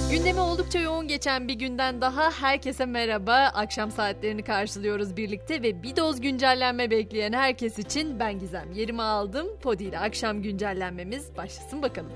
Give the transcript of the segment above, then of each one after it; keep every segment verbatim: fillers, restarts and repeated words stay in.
Gündemi oldukça yoğun geçen bir günden daha herkese merhaba. Akşam saatlerini karşılıyoruz birlikte ve bir doz güncellenme bekleyen herkes için ben Gizem yerimi aldım. Podi ile akşam güncellenmemiz başlasın bakalım.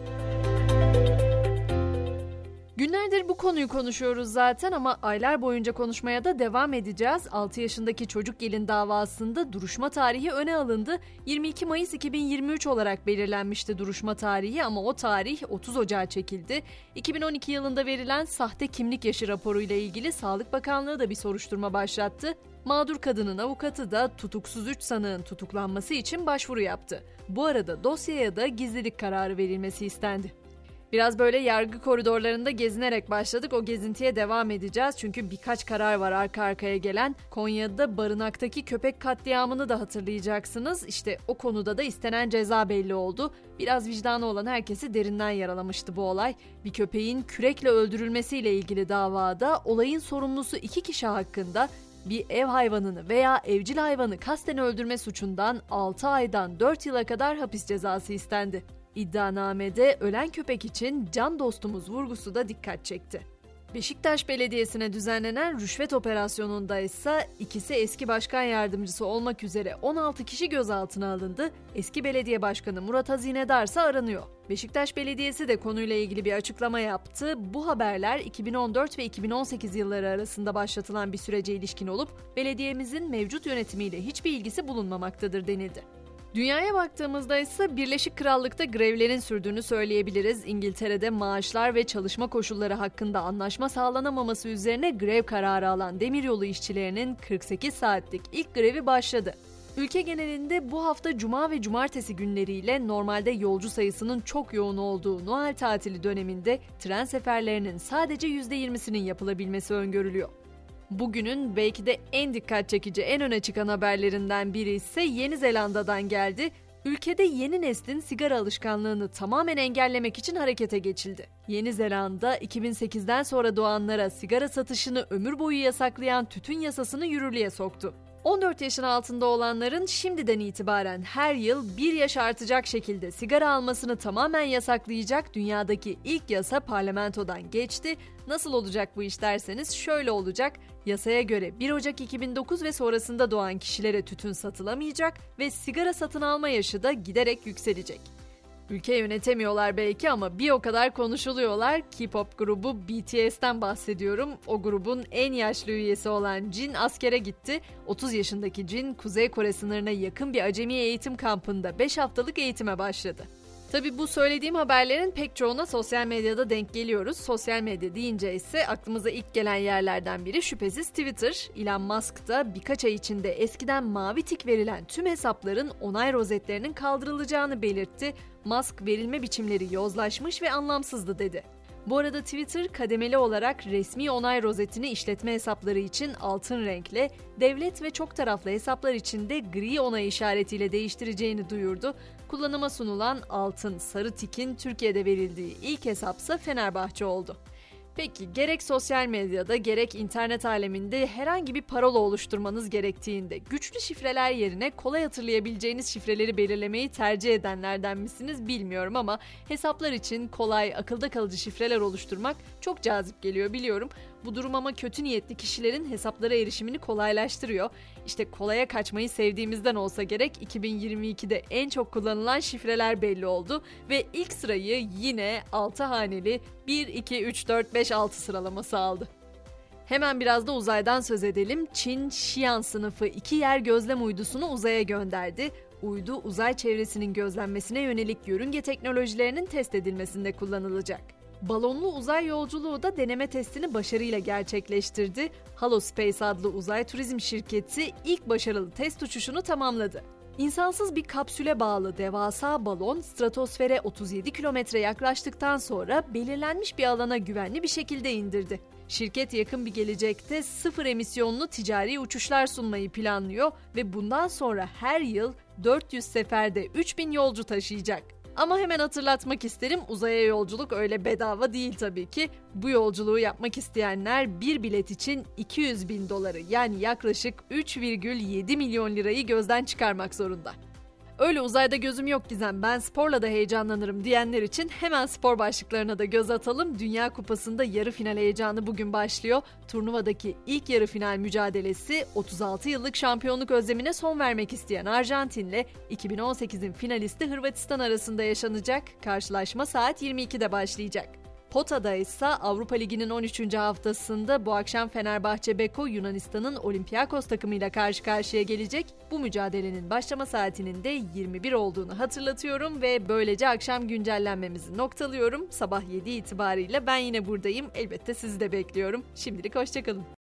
Günlerdir bu konuyu konuşuyoruz zaten ama aylar boyunca konuşmaya da devam edeceğiz. altı yaşındaki çocuk gelin davasında duruşma tarihi öne alındı. yirmi iki Mayıs iki bin yirmi üç olarak belirlenmişti duruşma tarihi ama o tarih otuz Ocağı çekildi. iki bin on iki yılında verilen sahte kimlik yaşı raporuyla ilgili Sağlık Bakanlığı da bir soruşturma başlattı. Mağdur kadının avukatı da tutuksuz üç sanığın tutuklanması için başvuru yaptı. Bu arada dosyaya da gizlilik kararı verilmesi istendi. Biraz böyle yargı koridorlarında gezinerek başladık. O gezintiye devam edeceğiz. Çünkü birkaç karar var arka arkaya gelen. Konya'da barınaktaki köpek katliamını da hatırlayacaksınız. İşte o konuda da istenen ceza belli oldu. Biraz vicdanı olan herkesi derinden yaralamıştı bu olay. Bir köpeğin kürekle öldürülmesiyle ilgili davada olayın sorumlusu iki kişi hakkında bir ev hayvanını veya evcil hayvanı kasten öldürme suçundan altı aydan dört yıla kadar hapis cezası istendi. İddianamede ölen köpek için can dostumuz vurgusu da dikkat çekti. Beşiktaş Belediyesi'ne düzenlenen rüşvet operasyonunda ise ikisi eski başkan yardımcısı olmak üzere on altı kişi gözaltına alındı. Eski belediye başkanı Murat Hazinedar ise aranıyor. Beşiktaş Belediyesi de konuyla ilgili bir açıklama yaptı. Bu haberler iki bin on dört ve iki bin on sekiz yılları arasında başlatılan bir sürece ilişkin olup belediyemizin mevcut yönetimiyle hiçbir ilgisi bulunmamaktadır denildi. Dünyaya baktığımızda ise Birleşik Krallık'ta grevlerin sürdüğünü söyleyebiliriz. İngiltere'de maaşlar ve çalışma koşulları hakkında anlaşma sağlanamaması üzerine grev kararı alan demiryolu işçilerinin kırk sekiz saatlik ilk grevi başladı. Ülke genelinde bu hafta cuma ve cumartesi günleriyle normalde yolcu sayısının çok yoğun olduğu Noel tatili döneminde tren seferlerinin sadece yüzde yirmisinin yapılabilmesi öngörülüyor. Bugünün belki de en dikkat çekici, en öne çıkan haberlerinden biri ise Yeni Zelanda'dan geldi. Ülkede yeni neslin sigara alışkanlığını tamamen engellemek için harekete geçildi. Yeni Zelanda, iki bin sekizden sonra doğanlara sigara satışını ömür boyu yasaklayan tütün yasasını yürürlüğe soktu. on dört yaşın altında olanların şimdiden itibaren her yıl bir yaş artacak şekilde sigara almasını tamamen yasaklayacak dünyadaki ilk yasa parlamentodan geçti. Nasıl olacak bu iş derseniz şöyle olacak. Yasaya göre bir Ocak iki bin dokuz ve sonrasında doğan kişilere tütün satılamayacak ve sigara satın alma yaşı da giderek yükselecek. Ülke yönetemiyorlar belki ama bir o kadar konuşuluyorlar. K-pop grubu B T S'ten bahsediyorum. O grubun en yaşlı üyesi olan Jin askere gitti. otuz yaşındaki Jin, Kuzey Kore sınırına yakın bir acemi eğitim kampında beş haftalık eğitime başladı. Tabii bu söylediğim haberlerin pek çoğuna sosyal medyada denk geliyoruz. Sosyal medya deyince ise aklımıza ilk gelen yerlerden biri şüphesiz Twitter. Elon Musk da birkaç ay içinde eskiden mavi tik verilen tüm hesapların onay rozetlerinin kaldırılacağını belirtti. Musk verilme biçimleri yozlaşmış ve anlamsızdı dedi. Bu arada Twitter kademeli olarak resmi onay rozetini işletme hesapları için altın renkle, devlet ve çok taraflı hesaplar için de gri onay işaretiyle değiştireceğini duyurdu. Kullanıma sunulan altın sarı tikin Türkiye'de verildiği ilk hesapsa Fenerbahçe oldu. Peki gerek sosyal medyada gerek internet aleminde herhangi bir parola oluşturmanız gerektiğinde güçlü şifreler yerine kolay hatırlayabileceğiniz şifreleri belirlemeyi tercih edenlerden misiniz bilmiyorum ama hesaplar için kolay, akılda kalıcı şifreler oluşturmak çok cazip geliyor biliyorum. Bu durum ama kötü niyetli kişilerin hesaplara erişimini kolaylaştırıyor. İşte kolaya kaçmayı sevdiğimizden olsa gerek iki bin yirmi ikide en çok kullanılan şifreler belli oldu ve ilk sırayı yine altı haneli bir, iki, üç, dört, beş, altı sıralaması aldı. Hemen biraz da uzaydan söz edelim. Çin, Xi'an sınıfı iki yer gözlem uydusunu uzaya gönderdi. Uydu uzay çevresinin gözlenmesine yönelik yörünge teknolojilerinin test edilmesinde kullanılacak. Balonlu uzay yolculuğu da deneme testini başarıyla gerçekleştirdi. Halospace adlı uzay turizm şirketi ilk başarılı test uçuşunu tamamladı. İnsansız bir kapsüle bağlı devasa balon stratosfere otuz yedi kilometre yaklaştıktan sonra belirlenmiş bir alana güvenli bir şekilde indirdi. Şirket yakın bir gelecekte sıfır emisyonlu ticari uçuşlar sunmayı planlıyor ve bundan sonra her yıl dört yüz seferde üç bin yolcu taşıyacak. Ama hemen hatırlatmak isterim, uzaya yolculuk öyle bedava değil tabii ki. Bu yolculuğu yapmak isteyenler bir bilet için iki yüz bin doları yani yaklaşık üç virgül yedi milyon lirayı gözden çıkarmak zorunda. Öyle uzayda gözüm yok Gizem, ben sporla da heyecanlanırım diyenler için hemen spor başlıklarına da göz atalım. Dünya Kupası'nda yarı final heyecanı bugün başlıyor. Turnuvadaki ilk yarı final mücadelesi otuz altı yıllık şampiyonluk özlemine son vermek isteyen Arjantin'le iki bin on sekizin finalisti Hırvatistan arasında yaşanacak. Karşılaşma saat yirmi ikide başlayacak. Pota'da ise Avrupa Ligi'nin on üçüncü haftasında bu akşam Fenerbahçe Beko Yunanistan'ın Olympiakos takımıyla karşı karşıya gelecek. Bu mücadelenin başlama saatinin de yirmi bir olduğunu hatırlatıyorum ve böylece akşam güncellenmemizi noktalıyorum. Sabah yedi itibariyle ben yine buradayım. Elbette sizi de bekliyorum. Şimdilik hoşçakalın.